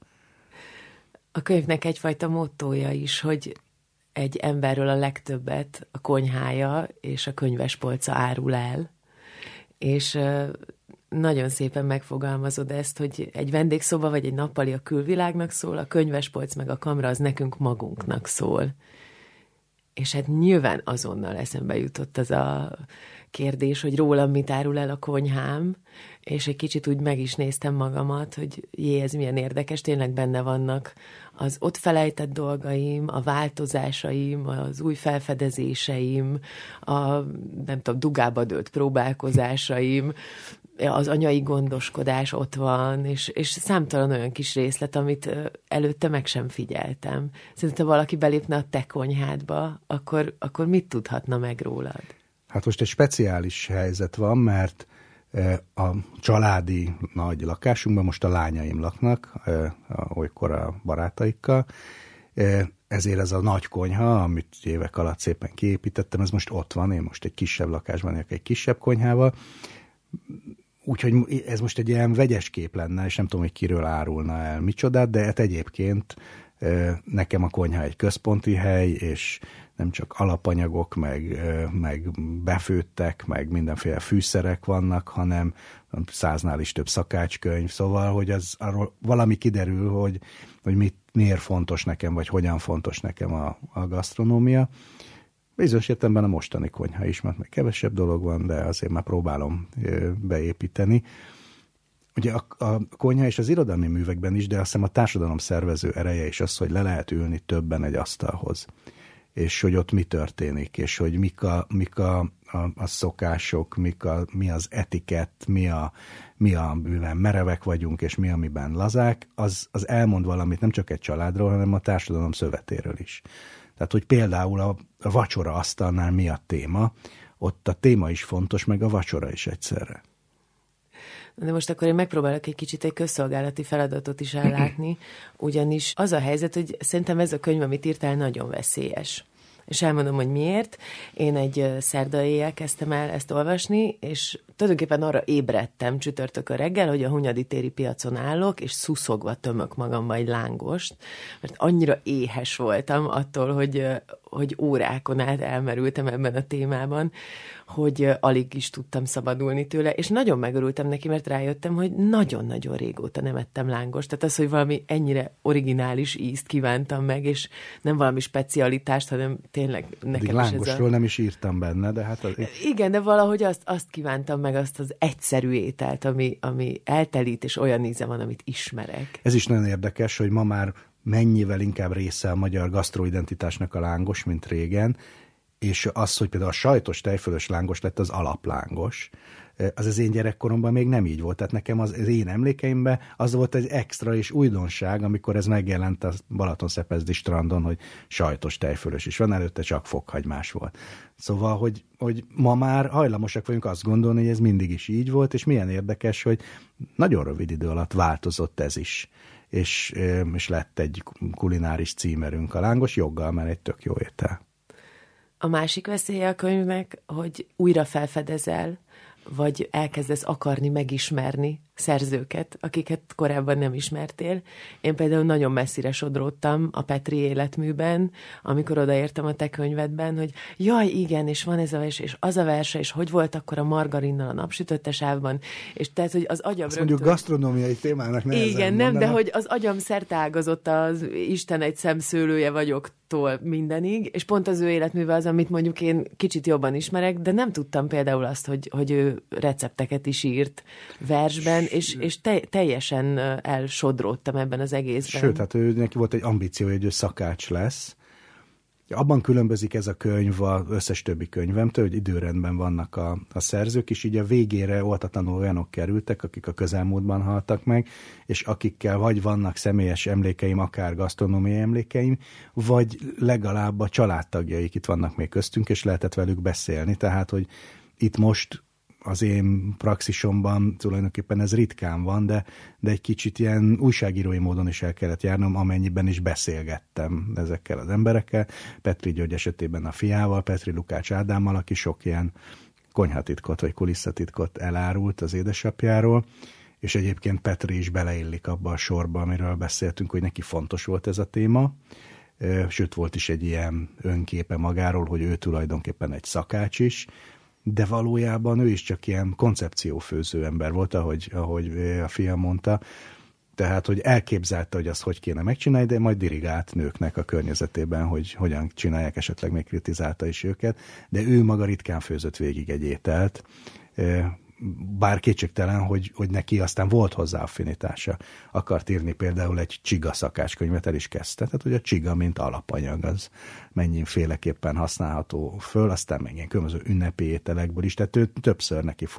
Speaker 3: A könyvnek egyfajta mottója is, hogy egy emberről a legtöbbet a konyhája és a könyvespolca árul el, és nagyon szépen megfogalmazod ezt, hogy egy vendégszoba vagy egy nappali a külvilágnak szól, a könyvespolc meg a kamra az nekünk magunknak szól. És hát nyilván azonnal eszembe jutott az a kérdés, hogy rólam mit árul el a konyhám, és egy kicsit úgy meg is néztem magamat, hogy ez milyen érdekes, tényleg benne vannak az ott felejtett dolgaim, a változásaim, az új felfedezéseim, nem tudom, dugába dőlt próbálkozásaim, az anyai gondoskodás ott van, és számtalan olyan kis részlet, amit előtte meg sem figyeltem. Szerintem, ha valaki belépne a te konyhádba, akkor mit tudhatna meg rólad?
Speaker 1: Hát most egy speciális helyzet van, mert a családi nagy lakásunkban most a lányaim laknak, olykor a barátaikkal, ezért ez a nagy konyha, amit évek alatt szépen kiépítettem, ez most ott van, én most egy kisebb lakásban vagyok, egy kisebb konyhával, úgyhogy ez most egy ilyen vegyes kép lenne, és nem tudom, hogy kiről árulna el micsodát, de hát egyébként Nekem a konyha egy központi hely, és nem csak alapanyagok, meg befőttek, meg mindenféle fűszerek vannak, hanem 100-nál is több szakácskönyv, szóval, hogy arról valami kiderül, hogy miért fontos nekem, vagy hogyan fontos nekem a gasztronómia. Bizonyos értelemben a mostani konyha is, mert még kevesebb dolog van, de azért már próbálom beépíteni. Ugye a konyha és az irodalmi művekben is, de azt hiszem a társadalom szervező ereje is az, hogy le lehet ülni többen egy asztalhoz, és hogy ott mi történik, és hogy mik a szokások, mi az etikett, mi amiben merevek vagyunk, és mi amiben lazák, az elmond valamit nem csak egy családról, hanem a társadalom szövetéről is. Tehát, hogy például a vacsora asztalnál mi a téma, ott a téma is fontos, meg a vacsora is egyszerre.
Speaker 3: De most akkor én megpróbálok egy kicsit egy közszolgálati feladatot is ellátni, ugyanis az a helyzet, hogy szerintem ez a könyv, amit írtál, nagyon veszélyes. És elmondom, hogy miért. Én egy szerda éjjel kezdtem el ezt olvasni, és tulajdonképpen arra ébredtem csütörtökön reggel, hogy a Hunyadi téri piacon állok, és szuszogva tömök magamba egy lángost, mert annyira éhes voltam attól, hogy órákon át elmerültem ebben a témában, hogy alig is tudtam szabadulni tőle, és nagyon megörültem neki, mert rájöttem, hogy nagyon-nagyon régóta nem ettem lángost. Tehát az, hogy valami ennyire originális ízt kívántam meg, és nem valami specialitást, hanem tényleg nekem
Speaker 1: lángosról nem is írtam benne, de hát...
Speaker 3: Igen, de valahogy azt kívántam meg, azt az egyszerű ételt, ami eltelít, és olyan íze van, amit ismerek.
Speaker 1: Ez is nagyon érdekes, hogy ma már mennyivel inkább része a magyar gasztroidentitásnak a lángos, mint régen, és az, hogy például a sajtos tejfölös lángos lett az alaplángos, az én gyerekkoromban még nem így volt. Tehát nekem az én emlékeimben az volt egy extra és újdonság, amikor ez megjelent a Balatonszepezdi strandon, hogy sajtos tejfölös is van, előtte csak fokhagymás volt. Szóval, hogy ma már hajlamosak vagyunk azt gondolni, hogy ez mindig is így volt, és milyen érdekes, hogy nagyon rövid idő alatt változott ez is. És lett egy kulináris címerünk, a lángos, joggal, mert egy tök jó étel.
Speaker 3: A másik veszélye a könyvnek, hogy újra felfedezel, vagy elkezdesz akarni megismerni szerzőket, akiket korábban nem ismertél. Én például nagyon messzire sodródtam a Petri életműben, amikor odaértem a te könyvedben, hogy jaj, igen, és van ez a vers, és az a verse, és hogy volt akkor a margarinnal a napsütötte sávban, és tehát, hogy az agyam
Speaker 1: rögtön... mondjuk gasztronómiai témának nehezen
Speaker 3: igen, nem, de hogy az agyam szerteágazott az Isten egy szemszőlője vagyoktól mindenig, és pont az ő életműve az, amit mondjuk én kicsit jobban ismerek, de nem tudtam például azt, hogy ő recepteket is írt versben, és teljesen elsodródtam ebben az egészben.
Speaker 1: Sőt, hát neki volt egy ambíciója, hogy ő szakács lesz. Abban különbözik ez a könyv az összes többi könyvemtől, hogy időrendben vannak a szerzők, és így a végére oltatlanul olyanok kerültek, akik a közelmúltban haltak meg, és akikkel vagy vannak személyes emlékeim, akár gasztronómiai emlékeim, vagy legalább a családtagjaik itt vannak még köztünk, és lehetett velük beszélni. Tehát, hogy itt most az én praxisomban tulajdonképpen ez ritkán van, de egy kicsit ilyen újságírói módon is el kellett járnom, amennyiben is beszélgettem ezekkel az emberekkel. Petri György esetében a fiával, Petri Lukács Ádámmal, aki sok ilyen konyhatitkot vagy kulisszatitkot elárult az édesapjáról, és egyébként Petri is beleillik abba a sorba, amiről beszéltünk, hogy neki fontos volt ez a téma. Sőt, volt is egy ilyen önképe magáról, hogy ő tulajdonképpen egy szakács is, de valójában ő is csak ilyen koncepciófőző ember volt, ahogy a fiam mondta. Tehát, hogy elképzelte, hogy azt hogy kéne megcsinálni, de majd dirigált nőknek a környezetében, hogy hogyan csinálják, esetleg még kritizálta is őket, de ő maga ritkán főzött végig egy ételt, bár kétségtelen, hogy neki aztán volt hozzá affinitása. Akart írni például egy csiga szakácskönyvet, el is kezdte, tehát hogy a csiga, mint alapanyag, az mennyiféleképpen használható föl, aztán meg ilyen különböző ünnepi ételekből is, tehát ő többször neki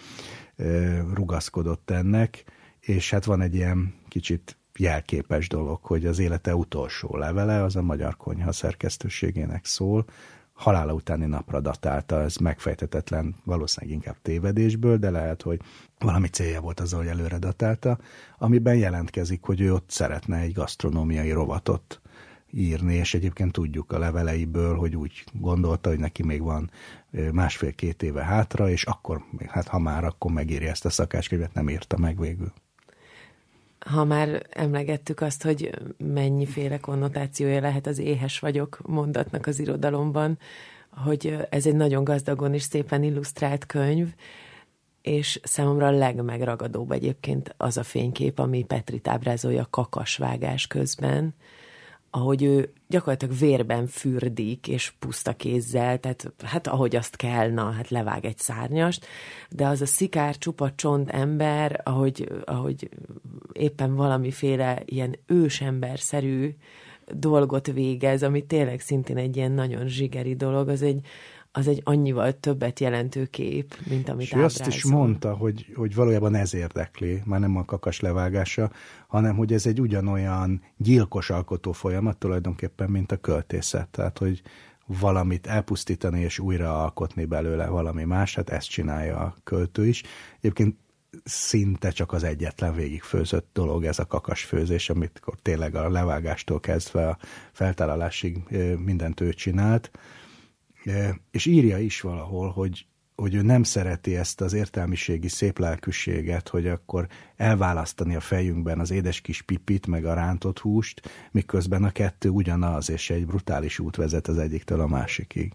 Speaker 1: rugaszkodott ennek, és hát van egy ilyen kicsit jelképes dolog, hogy az élete utolsó levele, az a Magyar Konyha szerkesztőségének szól, halála utáni napra datálta, ez megfejtetetlen, valószínűleg inkább tévedésből, de lehet, hogy valami célja volt azzal, hogy előre datálta, amiben jelentkezik, hogy ő ott szeretne egy gasztronómiai rovatot írni, és egyébként tudjuk a leveleiből, hogy úgy gondolta, hogy neki még van 1,5-2 éve hátra, és akkor, hát ha már, akkor megírja ezt a szakácskönyvet, nem írta meg végül.
Speaker 3: Ha már emlegettük azt, hogy mennyiféle konnotációja lehet az éhes vagyok mondatnak az irodalomban, hogy ez egy nagyon gazdagon és szépen illusztrált könyv, és számomra a legmegragadóbb egyébként az a fénykép, ami Petrit ábrázolja kakasvágás közben, ahogy ő gyakorlatilag vérben fürdik, és puszta kézzel, tehát hát ahogy azt kell, hát levág egy szárnyast, de az a szikár, csupa csont ember, ahogy éppen valamiféle ilyen ősemberszerű dolgot végez, ami tényleg szintén egy ilyen nagyon zsigeri dolog, az egy annyival többet jelentő kép, mint amit ábrázol.
Speaker 1: És azt is mondta, hogy valójában ez érdekli, már nem a kakas levágása, hanem hogy ez egy ugyanolyan gyilkos alkotó folyamat tulajdonképpen, mint a költészet. Tehát, hogy valamit elpusztítani és újra alkotni belőle valami más, hát ezt csinálja a költő is. Egyébként szinte csak az egyetlen végigfőzött dolog ez a kakasfőzés, amit tényleg a levágástól kezdve a feltállalásig mindent ő csinált. És írja is valahol, hogy ő nem szereti ezt az értelmiségi széplelkűséget, hogy akkor elválasztani a fejünkben az édes kis pipit, meg a rántott húst, miközben a kettő ugyanaz, és egy brutális út vezet az egyiktől a másikig.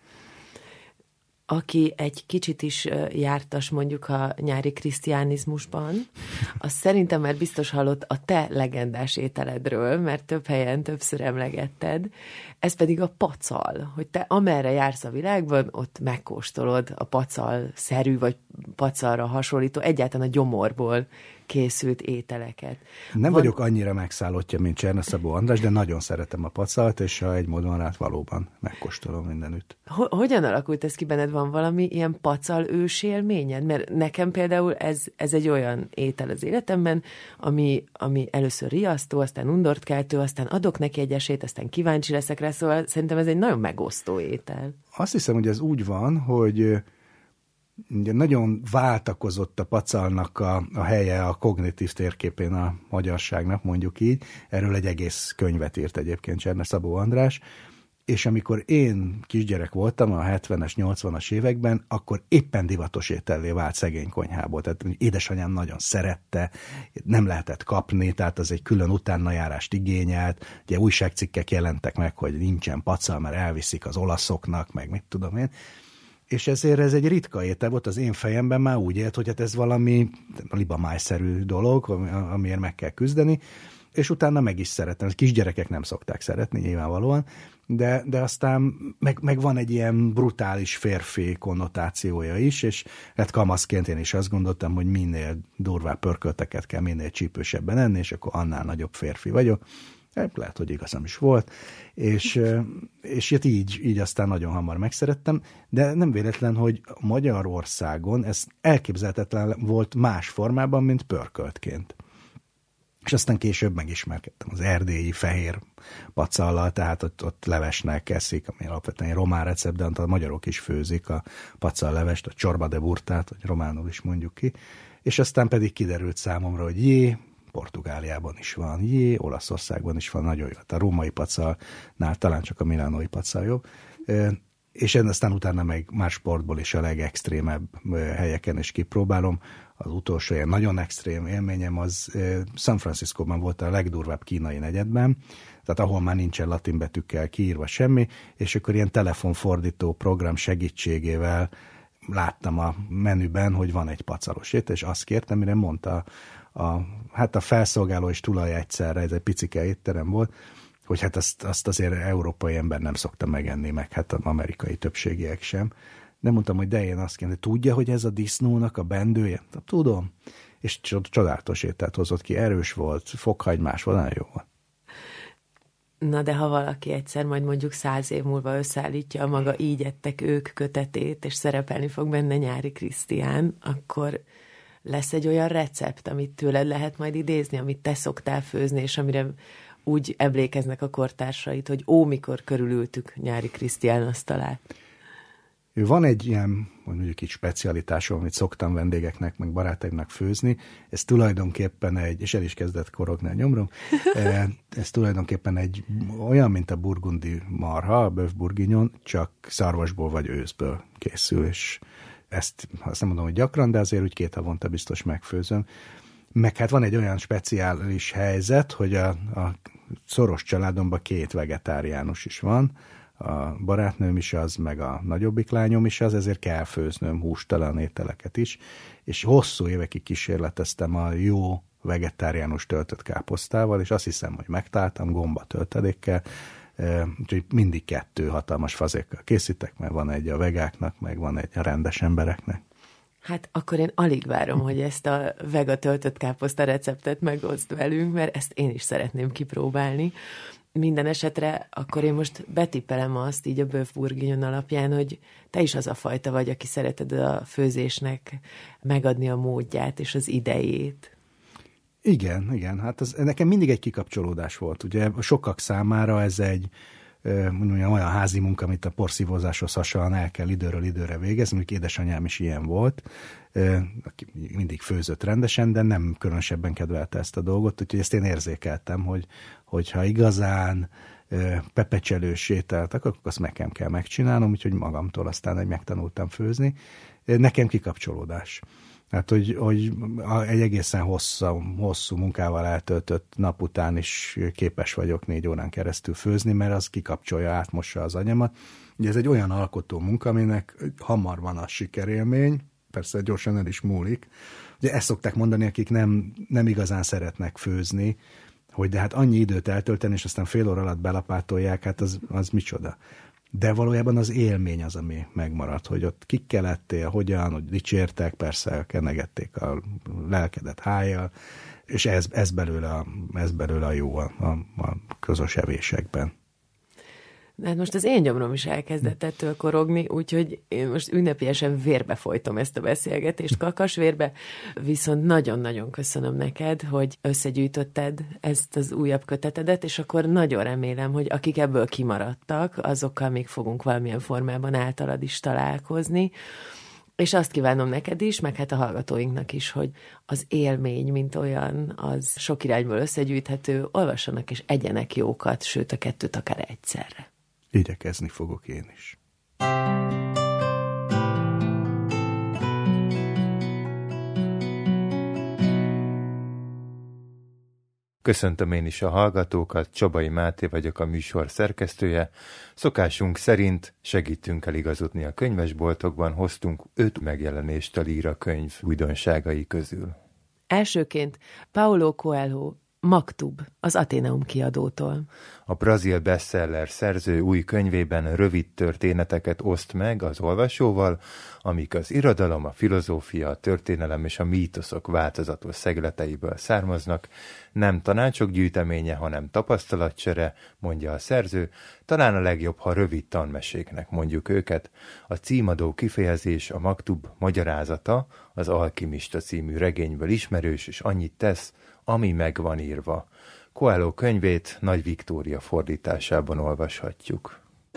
Speaker 3: Aki egy kicsit is jártas mondjuk a nyári krisztiánizmusban, az szerintem már biztos hallott a te legendás ételedről, mert több helyen többször emlegetted. Ez pedig a pacal, hogy te amerre jársz a világban, ott megkóstolod a pacal-szerű, vagy pacalra hasonlító, egyáltalán a gyomorból készült ételeket.
Speaker 1: Nem vagyok annyira megszállottja, mint Csernaszabó András, de nagyon szeretem a pacalt, és ha egy módon rá valóban megkóstolom mindenütt.
Speaker 3: Hogyan alakult ez ki benned? Van valami ilyen pacal ősélményed? Mert nekem például ez egy olyan étel az életemben, ami először riasztó, aztán undortkeltő, aztán adok neki egy esélyt, aztán kíváncsi leszek rá, szóval szerintem ez egy nagyon megosztó étel.
Speaker 1: Azt hiszem, hogy ez úgy van, hogy ugye nagyon váltakozott a pacalnak a helye a kognitív térképén a magyarságnak, mondjuk így. Erről egy egész könyvet írt egyébként Csernaszabó András, és amikor én kisgyerek voltam a 70-es, 80-as években, akkor éppen divatos étellé vált szegény konyhából. Tehát édesanyám nagyon szerette, nem lehetett kapni, tehát az egy külön utánajárást igényelt. Ugye újságcikkek jelentek meg, hogy nincsen pacal, mert elviszik az olaszoknak, meg mit tudom én. És ezért ez egy ritka étel volt, az én fejemben már úgy élt, hogy hát ez valami libamájszerű dolog, amiért meg kell küzdeni, és utána meg is szeretem. Kisgyerekek nem szokták szeretni nyilvánvalóan, de aztán meg van egy ilyen brutális férfi konnotációja is, és hát kamaszként én is azt gondoltam, hogy minél durvább pörkölteket kell minél csípősebben enni, és akkor annál nagyobb férfi vagyok. Lehet, hogy igazam is volt, és így aztán nagyon hamar megszerettem, de nem véletlen, hogy Magyarországon ez elképzelhetetlen volt más formában, mint pörköltként. És aztán később megismerkedtem az erdélyi fehér pacallal, tehát ott levesnek eszik, ami alapvetően egy román recept, de a magyarok is főzik a pacallevest, a csorba de burtát, vagy románul is mondjuk ki, és aztán pedig kiderült számomra, hogy Portugáliában is van, Olaszországban is van, nagyon jó. A római pacalnál talán csak a milánói pacal jobb. És aztán utána meg más sportból is a legextrémebb helyeken is kipróbálom. Az utolsó ilyen nagyon extrém élményem az San Franciscóban volt a legdurvább kínai negyedben, tehát ahol már nincsen latin betűkkel kiírva semmi, és akkor ilyen telefonfordító program segítségével láttam a menüben, hogy van egy pacalos étel, és azt kértem, mire mondta a felszolgáló és tulaj egyszerre, ez egy picike étterem volt, hogy hát azt azért európai ember nem szokta megenni, meg hát az amerikai többségiek sem. De mondtam, hogy de én azt kérdezem, tudja, hogy ez a disznónak a bendője? Tudom. És csodálatos ételt hozott ki, erős volt, fokhagymás, nagyon jó volt.
Speaker 3: Na de ha valaki egyszer majd mondjuk 100 év múlva összeállítja a maga Így ettek ők kötetét, és szerepelni fog benne Nyári Krisztián, akkor lesz egy olyan recept, amit tőled lehet majd idézni, amit te szoktál főzni, és amire úgy emlékeznek a kortársait, hogy mikor körülültük Nyári Krisztián asztalát.
Speaker 1: Van egy ilyen, mondjuk így specialitásom, amit szoktam vendégeknek, meg barátaimnak főzni. Ez tulajdonképpen és el is kezdett korogni a nyomrom, ez tulajdonképpen egy olyan, mint a burgundi marha, a bœuf bourguignon, csak szarvasból vagy őszből készül, és azt nem mondom, hogy gyakran, de azért úgy 2 havonta biztos megfőzöm. Meg hát van egy olyan speciális helyzet, hogy a szoros családomban 2 vegetáriánus is van, a barátnőm is az, meg a nagyobbik lányom is az, ezért kell főznöm hústalan ételeket is, és hosszú évekig kísérleteztem a jó vegetáriánus töltött káposztával, és azt hiszem, hogy megtaláltam gomba töltelékkel, úgyhogy mindig 2 hatalmas fazékkal készítek, mert van egy a vegáknak, meg van egy a rendes embereknek.
Speaker 3: Hát akkor én alig várom, hogy ezt a vega töltött káposzta receptet megoszd velünk, mert ezt én is szeretném kipróbálni. Minden esetre akkor én most betippelem azt így a bœuf bourguignon alapján, hogy te is az a fajta vagy, aki szereted a főzésnek megadni a módját és az idejét.
Speaker 1: Igen, hát ez nekem mindig egy kikapcsolódás volt. Ugye sokak számára ez egy olyan házi munka, amit a porszívózáshoz hasonlóan el kell időről időre végezni, mondjuk édesanyám is ilyen volt, aki mindig főzött rendesen, de nem különösebben kedvelte ezt a dolgot, úgyhogy ezt én érzékeltem, hogyha igazán pepecselős ételt akarok, azt nekem kell megcsinálnom, úgyhogy magamtól aztán megtanultam főzni. Nekem kikapcsolódás. Hát, hogy egy egészen hosszú munkával eltöltött nap után is képes vagyok 4 órán keresztül főzni, mert az kikapcsolja, átmossa az agyamat. Ugye ez egy olyan alkotó munka, aminek hamar van a sikerélmény, persze gyorsan el is múlik. Ugye ezt szokták mondani, akik nem igazán szeretnek főzni, hogy de hát annyi időt eltölteni, és aztán fél óra alatt belapátolják, hát az micsoda. De valójában az élmény az, ami megmaradt, hogy ott kikkel lettél, hogyan, hogy dicsértek, persze kenegették a lelkedet hájjal, és ez belőle a jó a közös evésekben.
Speaker 3: Hát most az én gyomrom is elkezdett ettől korogni, úgyhogy én most ünnepélyesen vérbe folytom ezt a beszélgetést, kakasvérbe, viszont nagyon-nagyon köszönöm neked, hogy összegyűjtötted ezt az újabb kötetedet, és akkor nagyon remélem, hogy akik ebből kimaradtak, azokkal még fogunk valamilyen formában általad is találkozni, és azt kívánom neked is, meg hát a hallgatóinknak is, hogy az élmény, mint olyan, az sok irányból összegyűjthető, olvassanak és egyenek jókat, sőt a 2 akár egyszerre.
Speaker 1: Igyekezni fogok én is.
Speaker 4: Köszöntöm én is a hallgatókat, Csabai Máté vagyok, a műsor szerkesztője. Szokásunk szerint segítünk eligazodni a könyvesboltokban, hoztunk 5 megjelenést a Líra könyv újdonságai közül.
Speaker 3: Elsőként Paulo Coelho, Maktub, az Athenaeum kiadótól.
Speaker 4: A brazil bestseller szerző új könyvében rövid történeteket oszt meg az olvasóval, amik az irodalom, a filozófia, a történelem és a mítoszok változatos szegleteiből származnak. Nem tanácsok gyűjteménye, hanem tapasztalatcsere, mondja a szerző. Talán a legjobb, ha rövid tanmeséknek mondjuk őket. A címadó kifejezés, a Maktub magyarázata az Alkimista című regényből ismerős, és annyit tesz, ami meg van írva. Coelho könyvét Nagy Viktória fordításában olvashatjuk.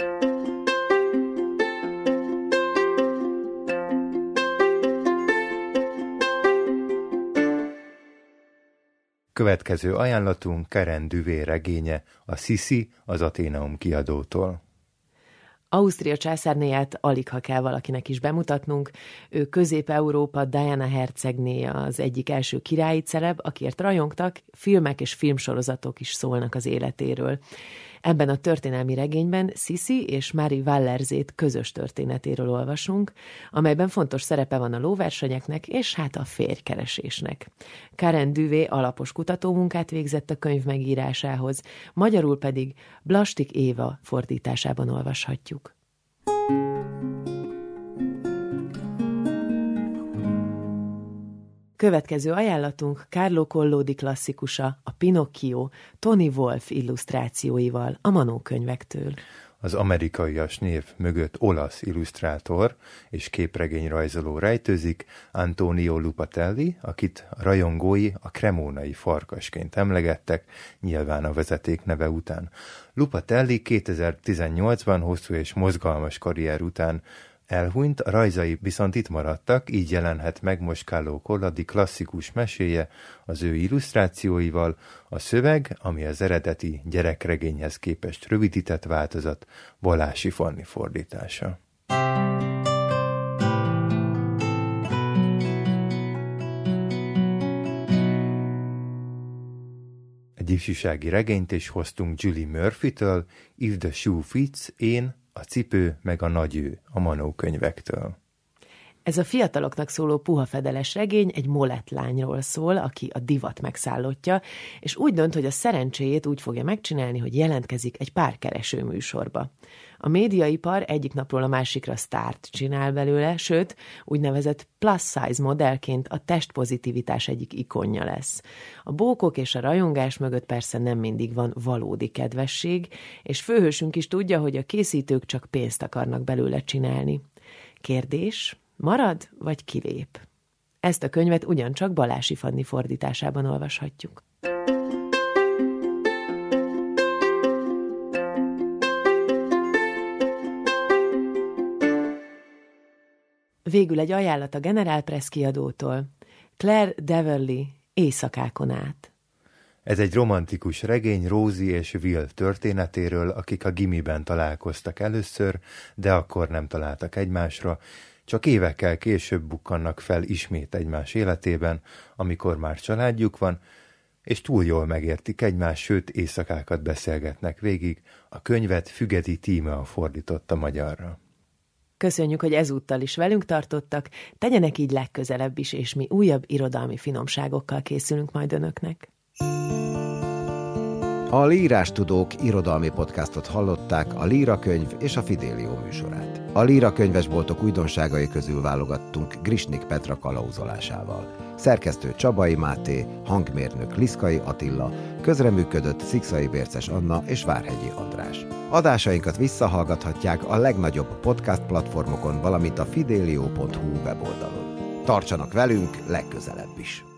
Speaker 4: Következő ajánlatunk Karen Duvay regénye, a Sisi, az Athenaeum kiadótól.
Speaker 3: Ausztria császárnéját alig ha kell valakinek is bemutatnunk. Ő Közép-Európa Diana hercegnéje, az egyik első királyi celeb, akiért rajongtak, filmek és filmsorozatok is szólnak az életéről. Ebben a történelmi regényben Sisi és Marie Wallerzét közös történetéről olvasunk, amelyben fontos szerepe van a lóversenyeknek és hát a férjkeresésnek. Karen Duvay alapos kutatómunkát végzett a könyv megírásához, magyarul pedig Blastik Éva fordításában olvashatjuk. Következő ajánlatunk Carlo Collodi klasszikusa, a Pinocchio, Tony Wolff illusztrációival a Manó könyvektől.
Speaker 4: Az amerikaias név mögött olasz illusztrátor és képregényrajzoló rejtőzik, Antonio Lupatelli, akit a rajongói a cremónai farkasként emlegettek, nyilván a vezeték neve után. Lupatelli 2018-ban hosszú és mozgalmas karrier után elhunyt, a rajzai viszont itt maradtak, így jelenhet meg most Carlo Collodi klasszikus meséje az ő illusztrációival, a szöveg, ami az eredeti gyerekregényhez képest rövidített változat, Balási Fanni fordítása. egy ifjúsági regényt is hoztunk Julie Murphy-től, If the Shoe Fits, Én, a cipő meg a nagy ő, a Manó könyvektől.
Speaker 3: Ez a fiataloknak szóló puha fedeles regény egy molett lányról szól, aki a divat megszállottja, és úgy dönt, hogy a szerencséjét úgy fogja megcsinálni, hogy jelentkezik egy párkereső műsorba. A médiaipar egyik napról a másikra sztárt csinál belőle, sőt, úgynevezett plus size modellként a testpozitivitás egyik ikonja lesz. A bókok és a rajongás mögött persze nem mindig van valódi kedvesség, és főhősünk is tudja, hogy a készítők csak pénzt akarnak belőle csinálni. Kérdés: marad vagy kilép? Ezt a könyvet ugyancsak Balási Fanni fordításában olvashatjuk. Végül egy ajánlat a General Press kiadótól. Claire Deverly, Éjszakákon át.
Speaker 4: Ez egy romantikus regény Rosie és Will történetéről, akik a gimiben találkoztak először, de akkor nem találtak egymásra, csak évekkel később bukkannak fel ismét egymás életében, amikor már családjuk van, és túl jól megértik egymást, sőt éjszakákat beszélgetnek végig. A könyvet Fügeti Tímea fordította magyarra.
Speaker 3: Köszönjük, hogy ezúttal is velünk tartottak, tegyenek így legközelebb is, és mi újabb irodalmi finomságokkal készülünk majd önöknek.
Speaker 2: A Lírástudók irodalmi podcastot hallották, a Líra könyv és a Fidelio műsorát. A Líra könyvesboltok újdonságai közül válogattunk Grisnik Petra kalauzolásával. Szerkesztő Csabai Máté, hangmérnök Liszkai Attila, közreműködött Szikszai Bérces Anna és Várhegyi András. Adásainkat visszahallgathatják a legnagyobb podcast platformokon, valamint a fidelio.hu weboldalon. Tartsanak velünk legközelebb is!